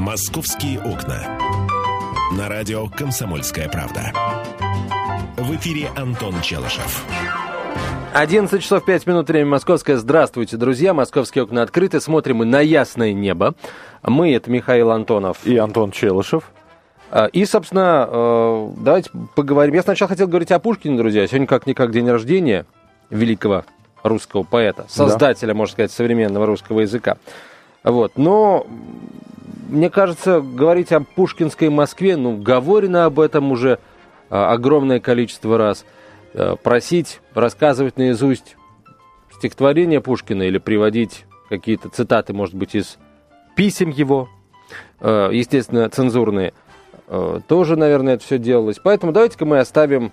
«Московские окна». На радио «Комсомольская правда». В эфире Антон Челышев. 11 часов 5 минут, время московское. Здравствуйте, друзья. «Московские окна» открыты. Смотрим мы на ясное небо. Мы — это Михаил Антонов и Антон Челышев. И, собственно, давайте поговорим. Я сначала хотел говорить о Пушкине, друзья. Сегодня как-никак день рождения великого русского поэта, создателя, можно сказать, современного русского языка. Вот. Но, мне кажется, говорить о пушкинской Москве, говорено об этом уже огромное количество раз. Просить рассказывать наизусть стихотворения Пушкина или приводить какие-то цитаты, может быть, из писем его, естественно, цензурные, тоже, наверное, это все делалось. Поэтому давайте-ка мы оставим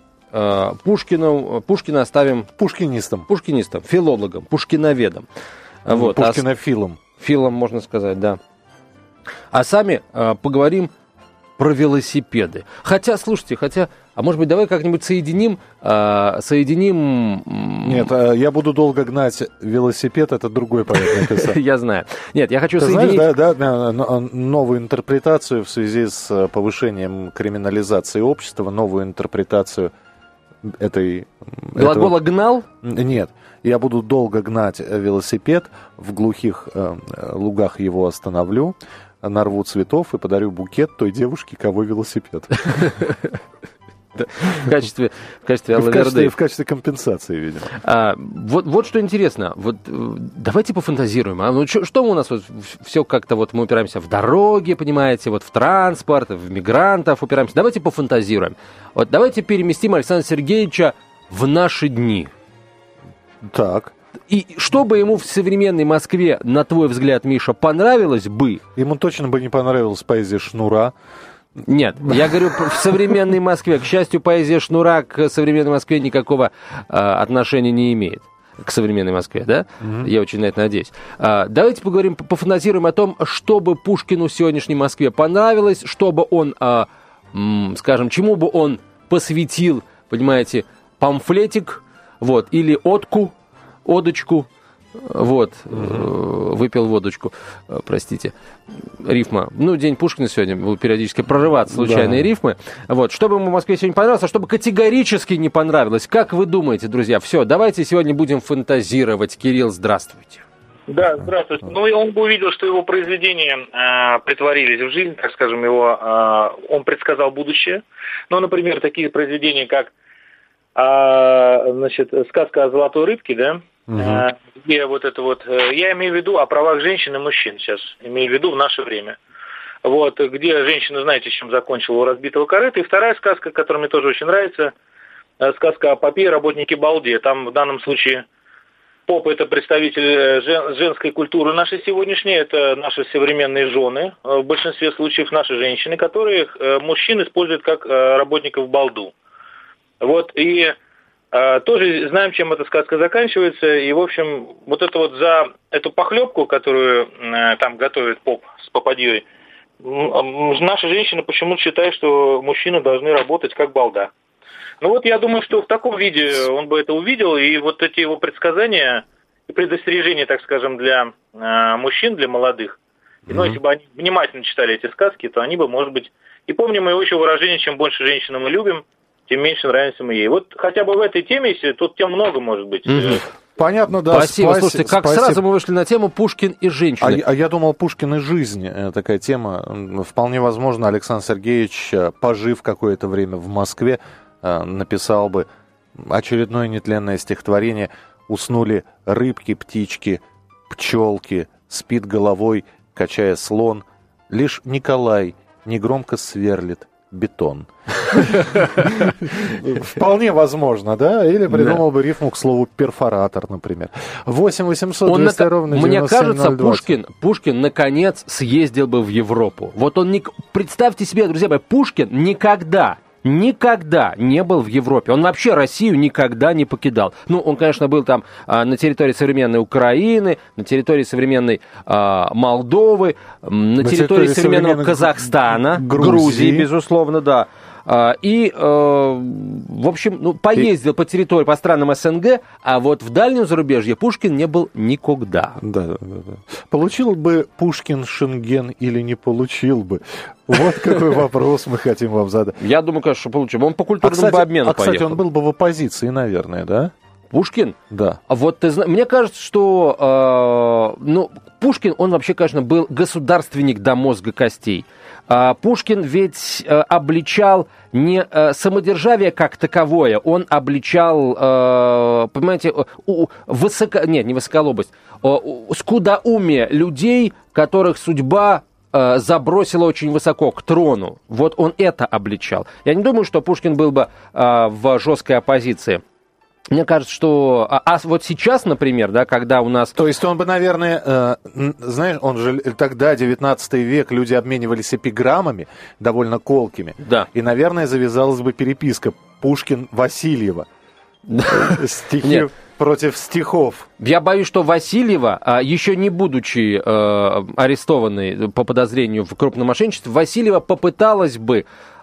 Пушкина оставим... Пушкинистом, филологом, пушкиноведом. Вот, пушкинофилом. Филом, можно сказать, да. А сами поговорим про велосипеды. Хотя, слушайте, а может быть, давай как-нибудь соединим... Нет, я буду долго гнать велосипед, это другой поэт написал. Я знаю. Нет, я хочу соединить... Знаешь, новую интерпретацию в связи с повышением криминализации общества, новую интерпретацию глагола «гнал»? Нет, я буду долго гнать велосипед, в глухих лугах его остановлю, нарву цветов и подарю букет той девушке, кого велосипед. В качестве алаверды. В качестве компенсации, видимо. Вот что интересно. Давайте пофантазируем. Что у нас все как-то мы упираемся в дороги, понимаете, в транспорт, в мигрантов упираемся. Давайте пофантазируем. Давайте переместим Александра Сергеевича в наши дни. Так. И что бы ему в современной Москве, на твой взгляд, Миша, понравилось бы? Ему точно бы не понравилась поэзия Шнура. Нет, я говорю в современной Москве. К счастью, поэзия Шнура к современной Москве никакого отношения не имеет. К современной Москве, да? Mm-hmm. Я очень на это надеюсь. Давайте пофантазируем о том, что бы Пушкину в сегодняшней Москве понравилось, чтобы он, скажем, чему бы он посвятил, понимаете, памфлетик, или одочку, выпил водочку, простите, рифма. День Пушкина сегодня, будут периодически прорываться случайные рифмы. Что бы ему в Москве сегодня понравилось, а что бы категорически не понравилось. Как вы думаете, друзья? Все, давайте сегодня будем фантазировать. Кирилл, здравствуйте. Да, здравствуйте. Он бы увидел, что его произведения притворились в жизнь, так скажем, он предсказал будущее. Например, такие произведения, как сказка о золотой рыбке, да? Где я имею в виду о правах женщин и мужчин сейчас, имею в виду в наше время. Где женщина, знаете, чем закончила у разбитого корыта. И вторая сказка, которая мне тоже очень нравится, сказка о попе и работнике балде. Там в данном случае поп — это представитель женской культуры нашей сегодняшней, это наши современные жены, в большинстве случаев наши женщины, которые мужчин используют как работников балду. Тоже знаем, чем эта сказка заканчивается. И, в общем, за эту похлебку, которую там готовит поп с попадьей, наши женщины почему-то считают, что мужчины должны работать как балда. Я думаю, что в таком виде он бы это увидел, и эти его предсказания и предостережения, так скажем, для мужчин, для молодых, если бы они внимательно читали эти сказки, то они бы, может быть, и помним его еще выражение: чем больше женщину мы любим, тем меньше нравимся мы ей. Хотя бы в этой теме, если тут тем много, может быть. Понятно, да. Спасибо. Слушайте, сразу мы вышли на тему Пушкин и женщины. А я думал, Пушкин и жизнь, такая тема. Вполне возможно, Александр Сергеевич, пожив какое-то время в Москве, написал бы очередное нетленное стихотворение: «Уснули рыбки, птички, пчелки, спит головой, качая слон, лишь Николай негромко сверлит бетон». Вполне возможно, да? Или придумал бы рифму к слову «перфоратор», например. 8 800 200 ровно 9702. Мне кажется, Пушкин наконец съездил бы в Европу. Представьте себе, друзья мои, Пушкин никогда не был в Европе. Он вообще Россию никогда не покидал. Он, конечно, был там на территории современной Украины, на территории современной Молдовы, на территории современного Казахстана, Грузии, безусловно, да. И, в общем, поездил по территории, по странам СНГ, а вот в дальнем зарубежье Пушкин не был никогда. Да. Получил бы Пушкин Шенген или не получил бы? Вот какой вопрос мы хотим вам задать. Я думаю, конечно, что получил. Он по культурному обмену поехал. Кстати, он был бы в оппозиции, наверное, да? Пушкин? Да. А вот ты знаешь, мне кажется, что Пушкин, он вообще, конечно, был государственник до мозга костей. Пушкин ведь обличал не самодержавие как таковое, он обличал, понимаете, не высоколобость, скудоумие людей, которых судьба забросила очень высоко к трону. Вот он это обличал. Я не думаю, что Пушкин был бы в жесткой оппозиции. Мне кажется, что... вот сейчас, например, да, когда у нас... То есть он бы, наверное, знаешь, он же тогда, 19 век, люди обменивались эпиграммами, довольно колкими. Да. И, наверное, завязалась бы переписка Пушкин-Васильева. Стихи против стихов. Я боюсь, что Васильева, еще не будучи арестованной по подозрению в крупном мошенничестве, Васильева попыталась бы,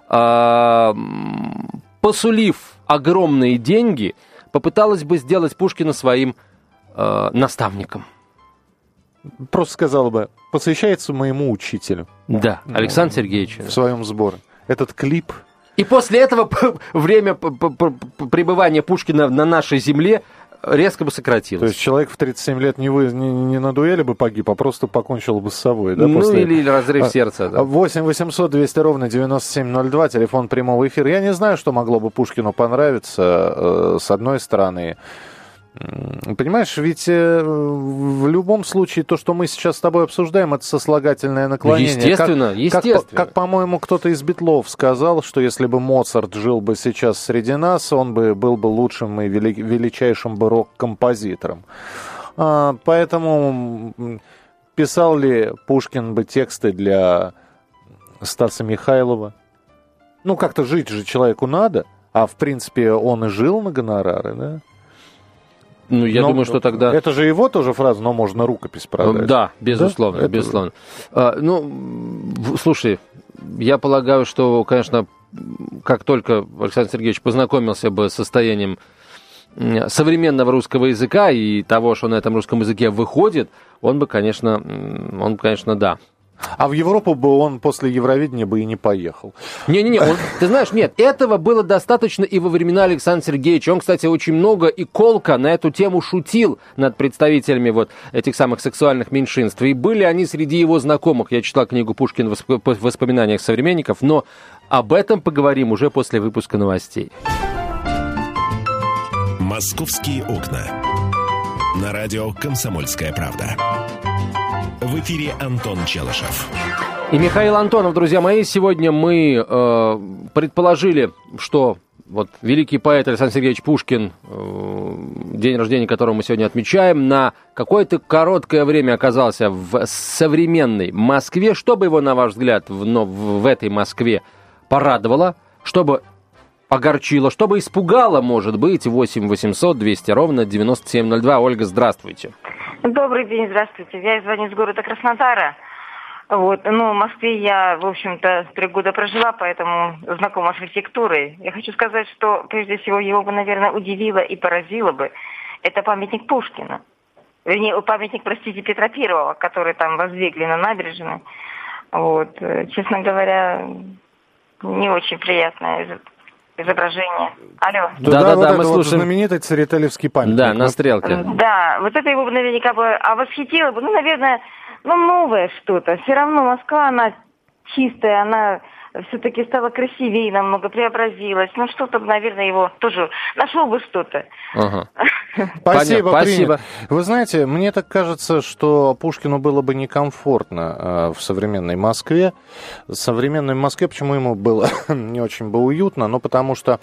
посулив огромные деньги, попыталась бы сделать Пушкина своим наставником. Просто сказала бы, посвящается моему учителю. Да, Александр Сергеевич. В своем сборе. Этот клип... И после этого время пребывания Пушкина на нашей земле резко бы сократилось. То есть человек в 37 лет не на дуэли бы погиб, а просто покончил бы с собой. Да, или разрыв сердца. Да. 8 800 200 ровно 9702, телефон прямого эфира. Я не знаю, что могло бы Пушкину понравиться, с одной стороны. Понимаешь, ведь в любом случае то, что мы сейчас с тобой обсуждаем, это сослагательное наклонение. Естественно. Как, по-моему, кто-то из Битлов сказал, что если бы Моцарт жил бы сейчас среди нас, он бы был бы лучшим и величайшим бы рок-композитором. Поэтому писал ли Пушкин бы тексты для Стаса Михайлова? Как-то жить же человеку надо, а в принципе он и жил на гонорары, да? Я думаю, что тогда... Это же его тоже фраза, но можно рукопись продать. Да, безусловно, да? Безусловно. Слушай, я полагаю, что, конечно, как только Александр Сергеевич познакомился бы с состоянием современного русского языка и того, что на этом русском языке выходит, он бы, конечно, да. А в Европу бы он после Евровидения бы и не поехал. Ты знаешь, нет, этого было достаточно и во времена Александра Сергеевича. Он, кстати, очень много и колко на эту тему шутил над представителями вот этих самых сексуальных меньшинств. И были они среди его знакомых. Я читал книгу Пушкина в воспоминаниях современников, но об этом поговорим уже после выпуска новостей. «Московские окна». На радио «Комсомольская правда». В эфире Антон Челышев. И Михаил Антонов, друзья мои. Сегодня мы предположили, что вот великий поэт Александр Сергеевич Пушкин, день рождения которого мы сегодня отмечаем, на какое-то короткое время оказался в современной Москве. Что бы его, на ваш взгляд, в этой Москве порадовало, чтобы огорчило, чтобы испугало, может быть, 8 800 200 ровно 9702. Ольга, здравствуйте. Добрый день, здравствуйте. Я звоню из города Краснодара. В Москве я, в общем-то, 3 года прожила, поэтому знакома с архитектурой. Я хочу сказать, что, прежде всего, его бы, наверное, удивило и поразило бы. Это памятник Пушкина. Вернее, памятник, Петра Первого, который там воздвигли на набережной. Честно говоря, не очень приятное изображение. Алло. Да, мы слушаем. Знаменитый Церетелевский памятник. Да, на Стрелке. Да, вот это его наверняка бы восхитило бы. Наверное, новое что-то. Все равно Москва, она чистая, она все-таки стала красивее, намного преобразилась. Что-то, наверное, его тоже нашел бы что-то. Ага. Спасибо. Вы знаете, мне так кажется, что Пушкину было бы некомфортно в современной Москве. В современной Москве почему ему было не очень бы уютно? Потому что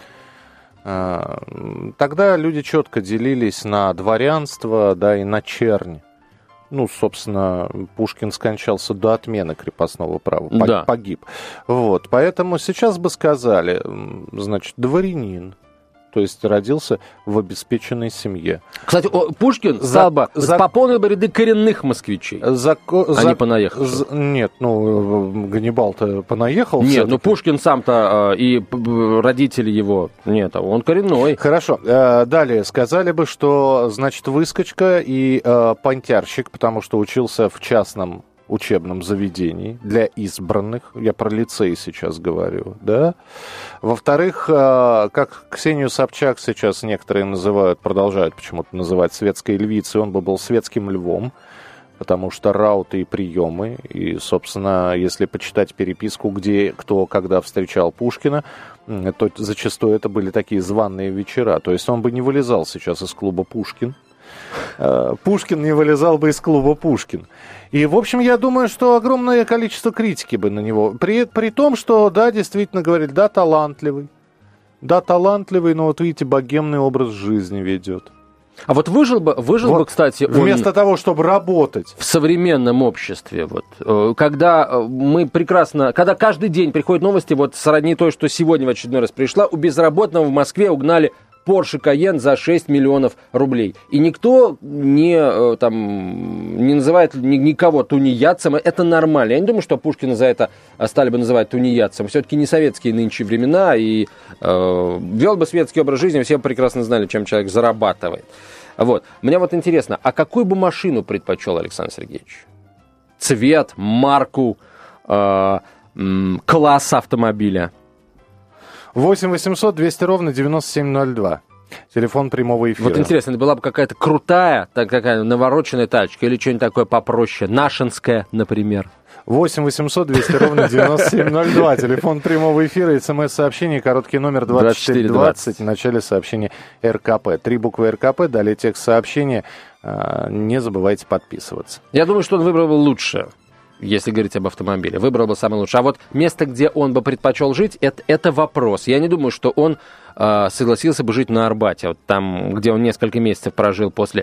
тогда люди четко делились на дворянство, да, и на чернь. Собственно, Пушкин скончался до отмены крепостного права, погиб. Поэтому сейчас бы сказали, значит, дворянин, то есть родился в обеспеченной семье. Кстати, Пушкин пополнил бы ряды коренных москвичей, а не понаехавших. Нет, Ганнибал-то понаехал. Нет, Пушкин сам-то и родители его, нет, он коренной. Хорошо, далее сказали бы, что, значит, выскочка и понтярщик, потому что учился в частном учебном заведении для избранных. Я про лицей сейчас говорю, да. Во-вторых, как Ксению Собчак сейчас некоторые продолжают почему-то называть светской львицей, он бы был светским львом, потому что рауты и приемы. И, собственно, если почитать переписку, где кто когда встречал Пушкина, то зачастую это были такие званые вечера. То есть он бы не вылезал сейчас из клуба «Пушкин». Пушкин не вылезал бы из клуба «Пушкин». И, в общем, я думаю, что огромное количество критики бы на него. При том, что, да, действительно говорили, да, талантливый, но вот видите, богемный образ жизни ведет. А вот выжил бы, кстати, вместо того, чтобы работать в современном обществе, когда мы прекрасно, когда каждый день приходят новости, сродни той, что сегодня в очередной раз пришла, у безработного в Москве угнали Porsche Cayenne за 6 миллионов рублей. И никто не называет никого тунеядцем. Это нормально. Я не думаю, что Пушкина за это стали бы называть тунеядцем. Все-таки не советские нынче времена. И вел бы светский образ жизни, все прекрасно знали, чем человек зарабатывает. Мне интересно, а какую бы машину предпочел Александр Сергеевич? Цвет, марку, класс автомобиля? 8 800 200 ровно 9702. Телефон прямого эфира. Интересно, это была бы какая-то крутая, такая навороченная тачка или что-нибудь такое попроще, нашинская, например. 8 800 200 ровно 9702. Телефон прямого эфира, смс-сообщение, короткий номер 2420. В начале сообщения РКП. 3 буквы РКП, далее текст сообщения. Не забывайте подписываться. Я думаю, что он выбрал бы лучше. Если говорить об автомобиле, выбрал бы самое лучшее. А место, где он бы предпочел жить, это вопрос. Я не думаю, что он согласился бы жить на Арбате. Там, где он несколько месяцев прожил после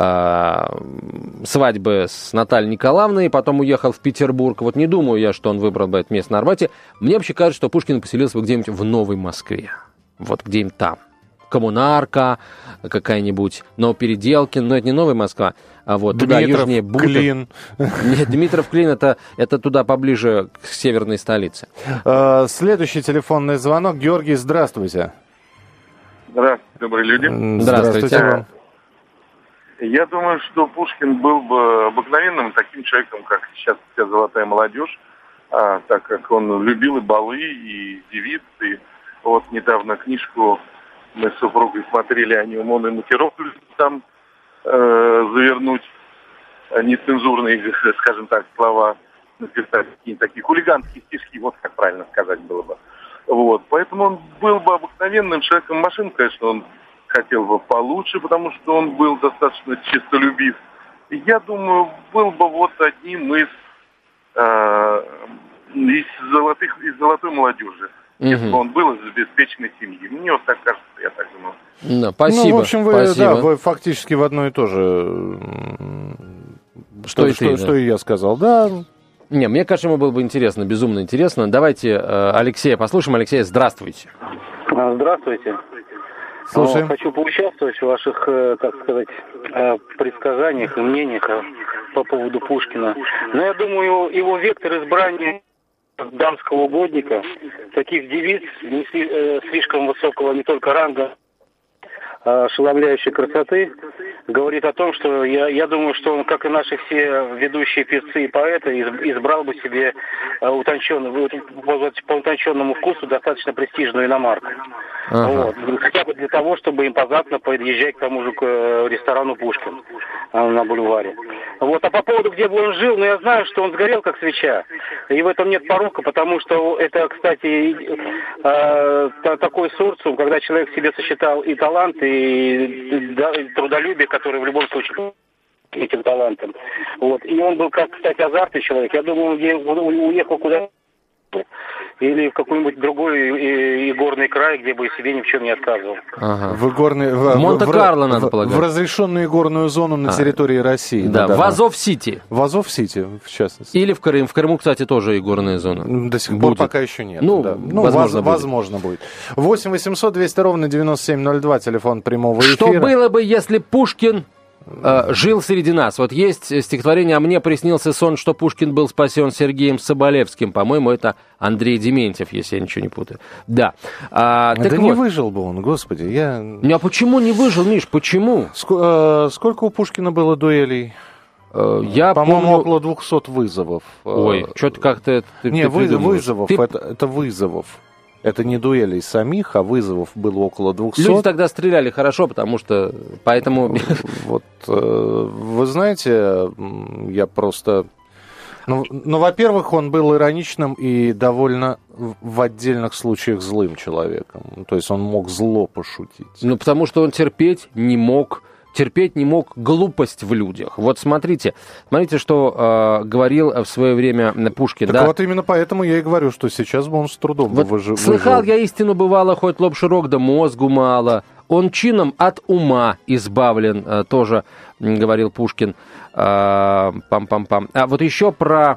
свадьбы с Натальей Николаевной, и потом уехал в Петербург. Не думаю я, что он выбрал бы это место на Арбате. Мне вообще кажется, что Пушкин поселился бы где-нибудь в Новой Москве. Где-нибудь там. Коммунарка какая-нибудь, Новопеределкин, но это не Новая Москва, туда южнее Бутов. Клин. Нет, Дмитров Клин, это туда поближе к северной столице. Следующий телефонный звонок. Георгий, здравствуйте. Здравствуйте, добрые люди. Здравствуйте. Я думаю, что Пушкин был бы обыкновенным таким человеком, как сейчас вся золотая молодежь, так как он любил и балы, и девиц, и недавно книжку мы с супругой смотрели о нем, он и Матерополь там завернуть нецензурные, скажем так, слова, написать какие-то такие хулиганские стишки, как правильно сказать было бы. Поэтому он был бы обыкновенным человеком. Машин, конечно, он хотел бы получше, потому что он был достаточно честолюбив. И я думаю, был бы одним из золотой молодежи. Если бы он был из обеспеченной семьи. Мне так кажется, я так думаю. Спасибо. В общем, вы фактически в одно и то же, что и я сказал. Да. Не, мне кажется, ему было бы интересно, безумно интересно. Давайте Алексея послушаем. Алексей, здравствуйте. Здравствуйте. Слушаем. Хочу поучаствовать в ваших, предсказаниях и мнениях по поводу Пушкина. Но я думаю, его вектор избрания дамского угодника, таких девиц не слишком высокого не только ранга, ошеломляющей красоты, говорит о том, что я думаю, что он, как и наши все ведущие певцы и поэты, избрал бы себе по утонченному вкусу достаточно престижную иномарку. Хотя бы для того, чтобы импозантно подъезжать к тому же к ресторану «Пушкин» на бульваре. А по поводу, где бы он жил, я знаю, что он сгорел как свеча. И в этом нет порока, потому что это, кстати, такой социум, когда человек в себе сочетал и талант, и трудолюбие, которое в любом случае этим талантом. И он был, как, кстати, азартный человек. Я думаю, он уехал куда-то или в какой-нибудь другой игорный край, где бы себе ни в чем не отказывал. Ага. В Монте-Карло, надо полагать. В разрешенную игорную зону на территории России. Да, в Азов-Сити. В Азов-Сити, в частности. Или в Крым. В Крыму, кстати, тоже игорная зона. До сих пор пока еще нет. Возможно будет. 8 800 200 ровно 9702, телефон прямого эфира. Что было бы, если Пушкин жил среди нас? Вот есть стихотворение «А мне приснился сон, что Пушкин был спасен Сергеем Соболевским». По-моему, это Андрей Дементьев, если я ничего не путаю. Да. Не выжил бы он, господи. А почему не выжил, Миш? Почему? Сколько у Пушкина было дуэлей? По-моему, около 200 вызовов. Ой, что-то как-то... Вызовов, это вызовов. Это не дуэлей самих, а вызовов было около 200. Люди тогда стреляли хорошо, потому что... Поэтому... Вот, вы знаете, я просто... во-первых, он был ироничным и довольно в отдельных случаях злым человеком. То есть он мог зло пошутить. Потому что он терпеть не мог глупость в людях. Вот смотрите, что говорил в свое время Пушкин. Так вот именно поэтому я и говорю, что сейчас бы он с трудом выжил. Слыхал я истину, бывало, хоть лоб широк, да мозгу мало. Он чином от ума избавлен, тоже говорил Пушкин. Пам-пам-пам. А вот еще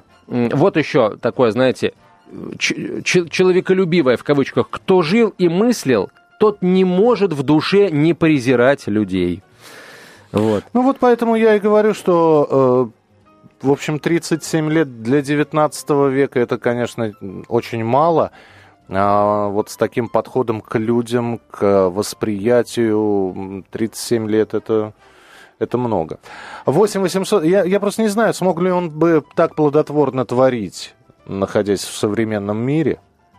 такое, знаете, человеколюбивое, в кавычках, кто жил и мыслил, тот не может в душе не презирать людей. Вот. Поэтому я и говорю, что, в общем, 37 лет для 19 века это, конечно, очень мало. А вот с таким подходом к людям, к восприятию, 37 лет это много. 8 800, я просто не знаю, смог ли он бы так плодотворно творить, находясь в современном мире.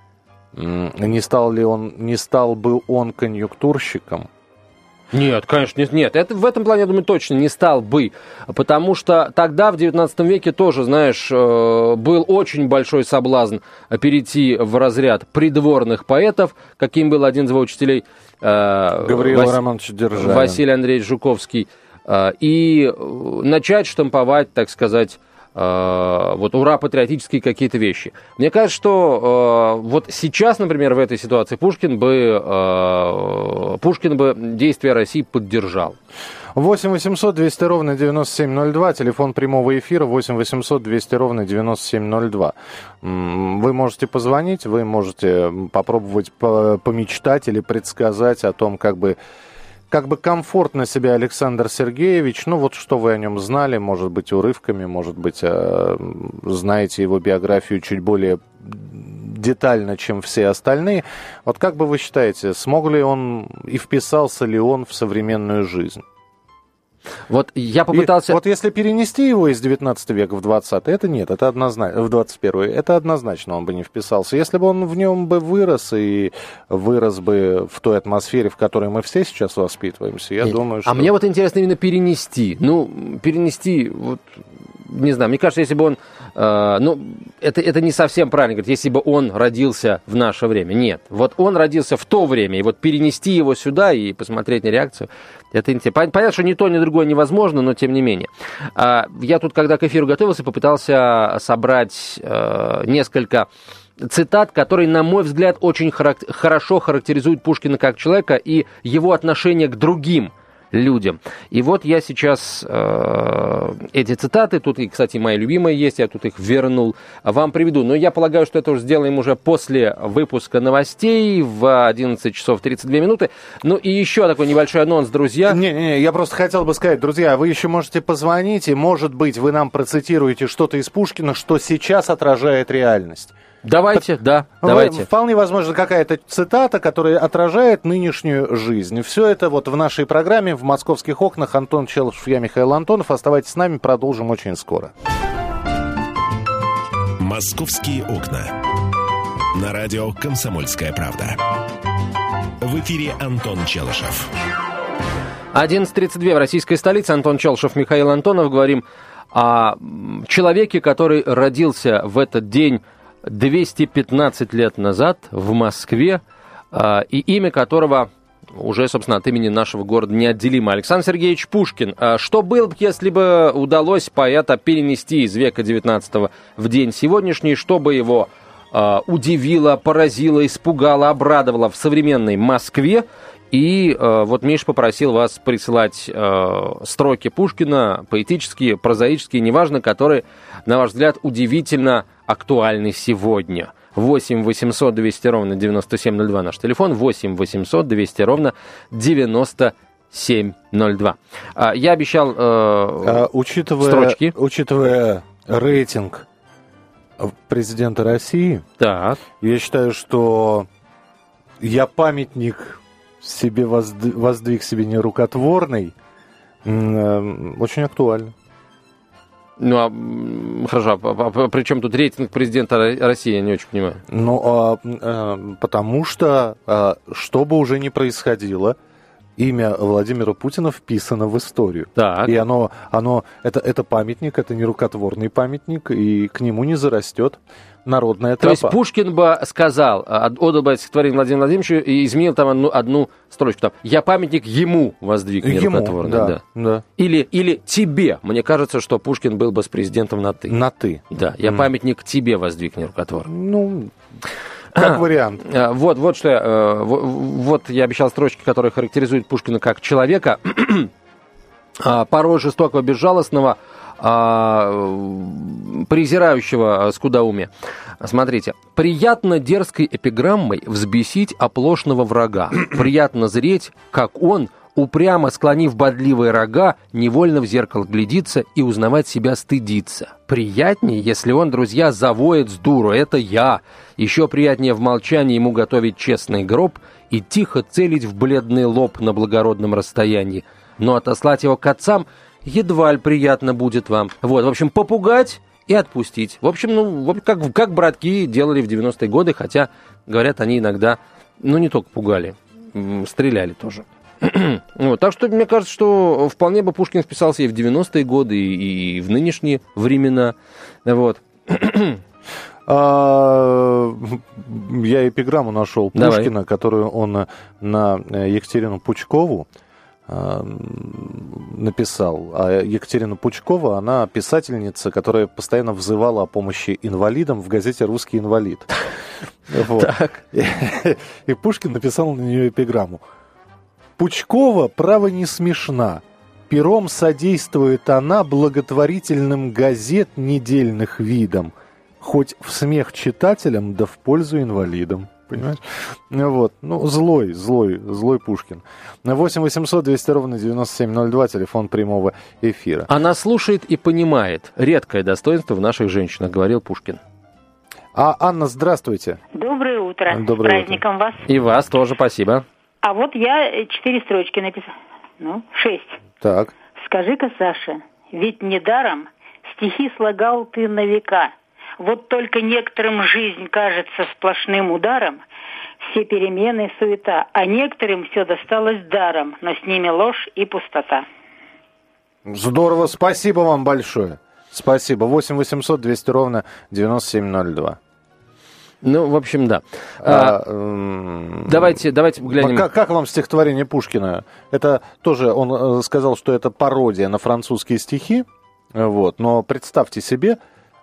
Не стал бы он конъюнктурщиком. Нет, конечно, нет. Это в этом плане, я думаю, точно не стал бы. Потому что тогда, в 19 веке, тоже, знаешь, был очень большой соблазн перейти в разряд придворных поэтов, каким был один из его учителей Гавриил Романович Державин, Василий Андреевич Жуковский, и начать штамповать, так сказать, ура-патриотические какие-то вещи. Мне кажется, что вот сейчас, например, в этой ситуации Пушкин бы действия России поддержал. 8 800 200 ровно 9702, телефон прямого эфира 8 800 200 ровно 9702. Вы можете позвонить, вы можете попробовать помечтать или предсказать о том, как бы комфортно себя Александр Сергеевич, что вы о нем знали, может быть, урывками, может быть, знаете его биографию чуть более детально, чем все остальные. Вот как бы вы считаете, смог ли он и вписался ли он в современную жизнь? Вот я попытался... Вот если перенести его из 19 века в 20, это нет, это однозначно, в 21, это однозначно он бы не вписался. Если бы он в нем бы вырос и вырос бы в той атмосфере, в которой мы все сейчас воспитываемся, я думаю, что... А мне вот интересно именно перенести. Не знаю, мне кажется, если бы он... это не совсем правильно говорить, если бы он родился в наше время. Нет, вот он родился в то время, и вот перенести его сюда и посмотреть на реакцию, это интересно. Понятно, что ни то, ни другое невозможно, но тем не менее. Я тут, когда к эфиру готовился, попытался собрать несколько цитат, которые, на мой взгляд, очень хорошо характеризуют Пушкина как человека и его отношение к другим людям. И вот я сейчас эти цитаты, тут, кстати, мои любимые есть, я тут их вернул, вам приведу. Но я полагаю, что это уже сделаем уже после выпуска новостей в 11 часов 32 минуты. И еще такой небольшой анонс, друзья. Я просто хотел бы сказать, друзья, вы еще можете позвонить, и, может быть, вы нам процитируете что-то из Пушкина, что сейчас отражает реальность. Давайте. Вполне возможно, какая-то цитата, которая отражает нынешнюю жизнь. Все это вот в нашей программе «В московских окнах». Антон Челышев, я Михаил Антонов. Оставайтесь с нами, продолжим очень скоро. «Московские окна». На радио «Комсомольская правда». В эфире Антон Челышев. 11:32 в российской столице. Антон Челышев, Михаил Антонов. Говорим о человеке, который родился в этот день 215 лет назад в Москве, и имя которого уже, собственно, от имени нашего города неотделимо. Александр Сергеевич Пушкин. Что было бы, если бы удалось поэта перенести из века 19 в день сегодняшний, что бы его удивило, поразило, испугало, обрадовало в современной Москве. И вот Миша попросил вас присылать строки Пушкина, поэтические, прозаические, неважно, которые, на ваш взгляд, удивительно актуальны сегодня. 8 800 200 ровно 9702 наш телефон, 8 800 200 ровно 9702. Я обещал строчки. Учитывая рейтинг президента России, так. Я считаю, что я памятник себе воздвиг себе нерукотворный, очень актуально. Ну, хорошо, а при чем тут рейтинг президента России, я не очень понимаю. Ну, потому что, что бы уже ни происходило, имя Владимира Путина вписано в историю. Так. И это памятник, это нерукотворный памятник, и к нему не зарастет народная тропа. То есть Пушкин бы сказал, отдал бы стихотворение Владимиру Владимировичу и изменил там одну строчку. Там, я памятник ему воздвиг нерукотворный. Да. Или тебе. Мне кажется, что Пушкин был бы с президентом на «ты». На «ты». Да, я памятник тебе воздвиг нерукотворный. Ну, как вариант. Вот что вот я обещал строчки, которые характеризуют Пушкина как человека, порой жестокого, безжалостного, презирающего скудоумие. Смотрите. «Приятно дерзкой эпиграммой взбесить оплошного врага. Приятно зреть, как он, упрямо склонив бодливые рога, невольно в зеркало глядится и узнавать себя стыдится. Приятнее, если он, друзья, завоет с дуру. Это я. Еще приятнее в молчании ему готовить честный гроб и тихо целить в бледный лоб на благородном расстоянии. Но отослать его к отцам едва ли приятно будет вам. Вот, в общем, попугать и отпустить. В общем, как братки делали в 90-е годы, хотя, говорят, они иногда, не только пугали, стреляли тоже. Вот, так что, мне кажется, что вполне бы Пушкин вписался и в 90-е годы, и в нынешние времена. Вот. Я эпиграмму нашел Пушкина, которую он на Екатерину Пучкову написал. А Екатерина Пучкова, она писательница, которая постоянно взывала о помощи инвалидам в газете «Русский инвалид». И Пушкин написал на нее эпиграмму. «Пучкова, право, не смешна. Пером содействует она благотворительным газет недельных видам, хоть в смех читателям, да в пользу инвалидам». Понимаешь? Вот. Злой Пушкин. 8 800 200 ровно 9702, телефон прямого эфира. Она слушает и понимает. Редкое достоинство в наших женщинах, говорил Пушкин. Анна, здравствуйте. Доброе утро. Доброе С праздником утро. вас. И вас тоже, спасибо. А вот я 4 строчки написала. 6. Так. Скажи-ка, Саша, ведь недаром стихи слагал ты на века. Вот только некоторым жизнь кажется сплошным ударом, все перемены, суета, а некоторым все досталось даром, но с ними ложь и пустота. Здорово, спасибо вам большое. Спасибо. 8 800 200 ровно 9702. В общем, да. Давайте глянем. Как вам стихотворение Пушкина? Это тоже, он сказал, что это пародия на французские стихи. Вот. Но представьте себе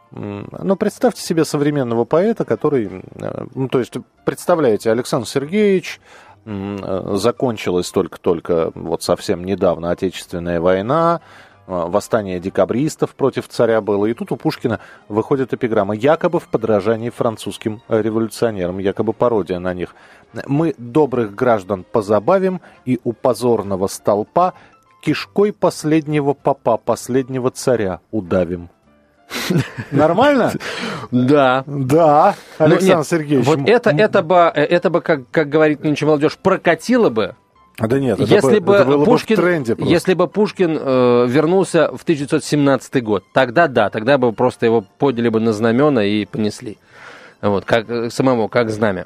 современного поэта, который... то есть, представляете, Александр Сергеевич, закончилась только вот совсем недавно Отечественная война, восстание декабристов против царя было, и тут у Пушкина выходит эпиграмма, якобы в подражании французским революционерам, якобы пародия на них. «Мы добрых граждан позабавим и у позорного столпа кишкой последнего попа, последнего царя удавим». Нормально? Да. Да, Александр Сергеевич. Вот это бы, как говорит нынче молодежь, прокатило бы. Да нет, если это было Пушкин, бы в тренде просто. Если бы Пушкин вернулся в 1917 год, тогда бы просто его подняли бы на знамена и понесли. Вот, как знамя.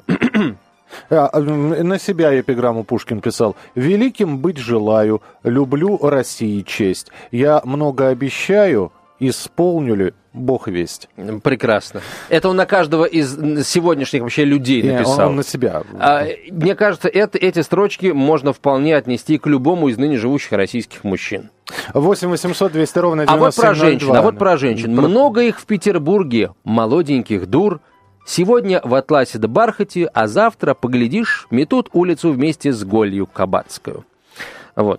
На себя эпиграмму Пушкин писал. «Великим быть желаю, люблю России честь. Я много обещаю, исполню ли, Бог весть». Прекрасно. Это он на каждого из сегодняшних вообще людей написал. Он на себя. Мне кажется, эти строчки можно вполне отнести к любому из ныне живущих российских мужчин. 8 800 200 ровно 9702. А вот про женщин. Много их в Петербурге, молоденьких дур, Сегодня в атласе да бархате, а завтра, поглядишь, метут улицу вместе с голью кабацкую. Вот.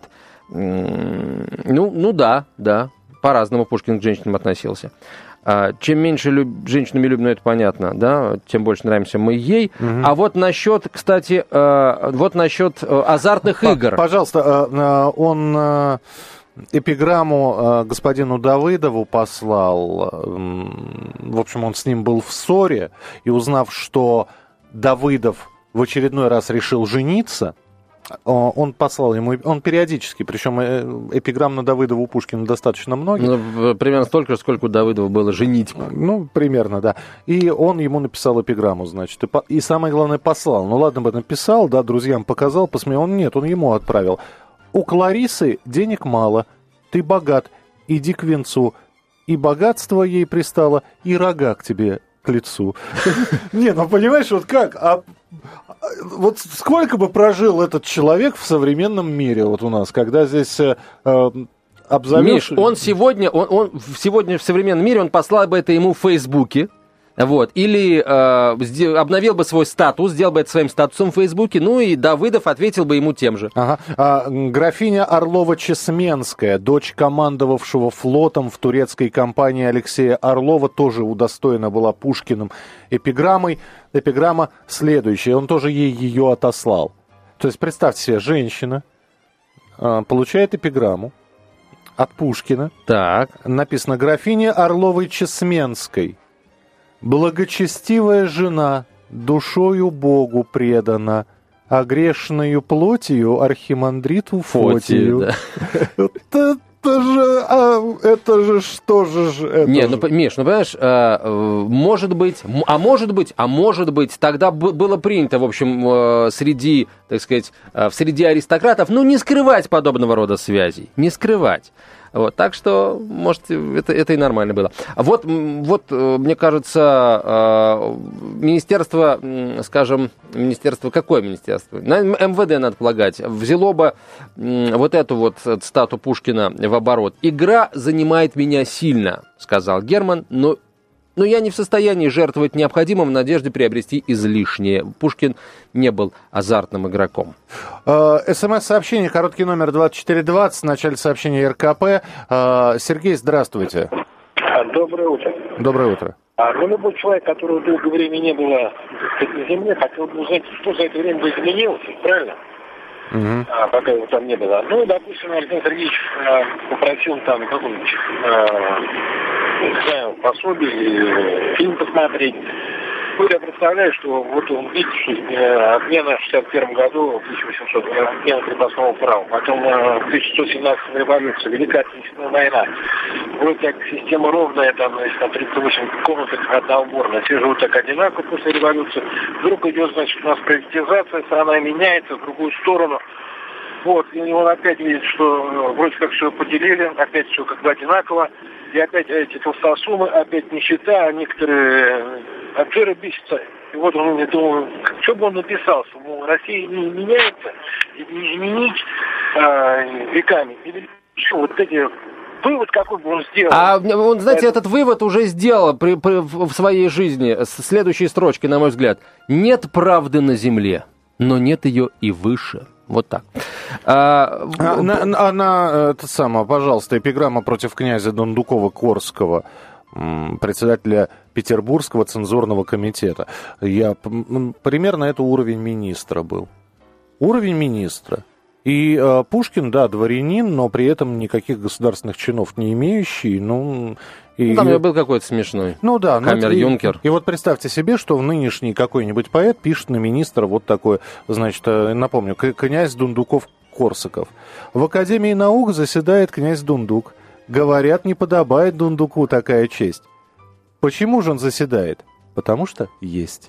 Ну да, по-разному Пушкин к женщинам относился. Чем меньше женщинами любим, это понятно, да, тем больше нравимся мы ей. А вот насчет, кстати, азартных игр. Пожалуйста, он эпиграмму господину Давыдову послал. В общем, он с ним был в ссоре, и узнав, что Давыдов в очередной раз решил жениться, он послал ему, он периодически, причем эпиграмм на Давыдова у Пушкина достаточно много. Ну, примерно столько же, сколько у Давыдова было женитьб. Ну, примерно, да. И он ему написал эпиграмму, значит, и самое главное, послал. Ну, ладно бы написал, да, друзьям показал, посмеял. Нет, он ему отправил. У Кларисы денег мало, ты богат, иди к венцу. И богатство ей пристало, и рога к тебе к лицу. Не, ну понимаешь, вот как? Вот сколько бы прожил этот человек в современном мире вот у нас, когда здесь обзовешь... Миш, он сегодня в современном мире, он послал бы это ему в Фейсбуке, вот, или обновил бы свой статус, сделал бы это своим статусом в Фейсбуке, ну и Давыдов ответил бы ему тем же. Ага. Графиня Орлова-Чесменская, дочь командовавшего флотом в турецкой компании Алексея Орлова, тоже удостоена была Пушкиным эпиграммой. Эпиграмма следующая, он тоже ей ее отослал. То есть, представьте себе, женщина получает эпиграмму от Пушкина. Так. Написано: графиня Орловой-Чесменской, благочестивая жена, душою Богу предана, а грешною плотью архимандриту Фотию. Это же что же... Не, ну, Миш, ну, понимаешь, может быть, тогда было принято, в общем, среди, так сказать, среди аристократов, ну, не скрывать подобного рода связей, не скрывать. Вот, так что, может, это и нормально было. Вот, мне кажется, министерство, скажем, какое министерство? На МВД, надо полагать, взяло бы вот эту вот цитату Пушкина в оборот. «Игра занимает меня сильно», сказал Герман, но я не в состоянии жертвовать необходимым в надежде приобрести излишнее. Пушкин не был азартным игроком. СМС-сообщение, короткий номер 2420, в начале сообщения РКП. Сергей, здравствуйте. Доброе утро. Доброе утро. Ну, любой человек, которого долгое время не было на земле, хотел бы узнать, что за это время изменилось, правильно? Пока его там не было. Ну, допустим, Александр Сергеевич попросил там какой-нибудь пособие или фильм посмотреть. Ну, я представляю, что вот он видит, что отмена в 1961 году, 1800, отмена крепостного права, потом 1117 революция, Великая Отечественная война. Вроде как система ровная, там, если на 38 комнат, одна уборная, все живут так одинаково после революции. Вдруг идет, значит, у нас приватизация, страна меняется в другую сторону. Вот, и он опять видит, что вроде как все поделили, опять все как бы одинаково. И опять эти толстосумы, опять нищета, а некоторые офицеры бесятся. И вот он мне думал, что бы он написал, что, мол, Россия не меняется, не изменить веками. Или что, вот эти... Вывод какой бы он сделал? Он, знаете, этот вывод уже сделал в своей жизни. Следующей строчкой, на мой взгляд. Нет правды на земле, но нет ее и выше. Вот так. Это самое, пожалуйста, эпиграмма против князя Дондукова-Корского, председателя Петербургского цензурного комитета. Примерно это уровень министра был. Уровень министра. И Пушкин, да, дворянин, но при этом никаких государственных чинов не имеющий. Там был какой-то смешной. Ну да. Камер-юнкер. И вот представьте себе, что нынешний какой-нибудь поэт пишет на министра вот такое, значит, напомню, князь Дундуков-Корсаков. В Академии наук заседает князь Дундук. Говорят, не подобает Дундуку такая честь. Почему же он заседает? Потому что есть.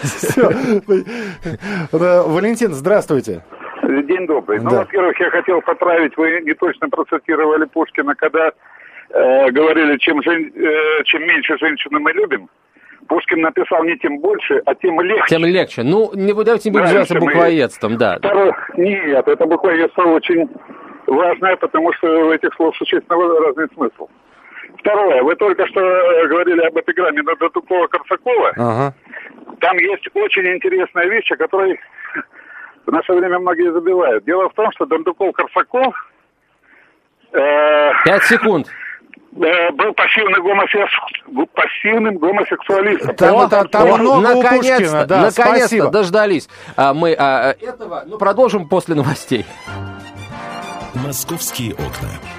Валентин, здравствуйте. День добрый. Ну, во-первых, я хотел поправить, вы не точно процитировали Пушкина, когда говорили, чем меньше женщины мы любим. Пушкин написал не тем больше, а тем легче. Тем легче. Ну, давайте не будем заниматься буквоедством, да. Нет, это буквоедство очень важное, потому что в этих словах существенно разный смысл. Второе. Вы только что говорили об эпиграмме на Дондукова-Корсакова. Ага. Там есть очень интересная вещь, о которой в наше время многие забивают. Дело в том, что Дондуков-Корсаков... 5 секунд. Был пассивным гомосексуалистом. Там много у Пушкина, да, наконец-то спасибо. дождались мы этого. Продолжим после новостей. «Московские окна».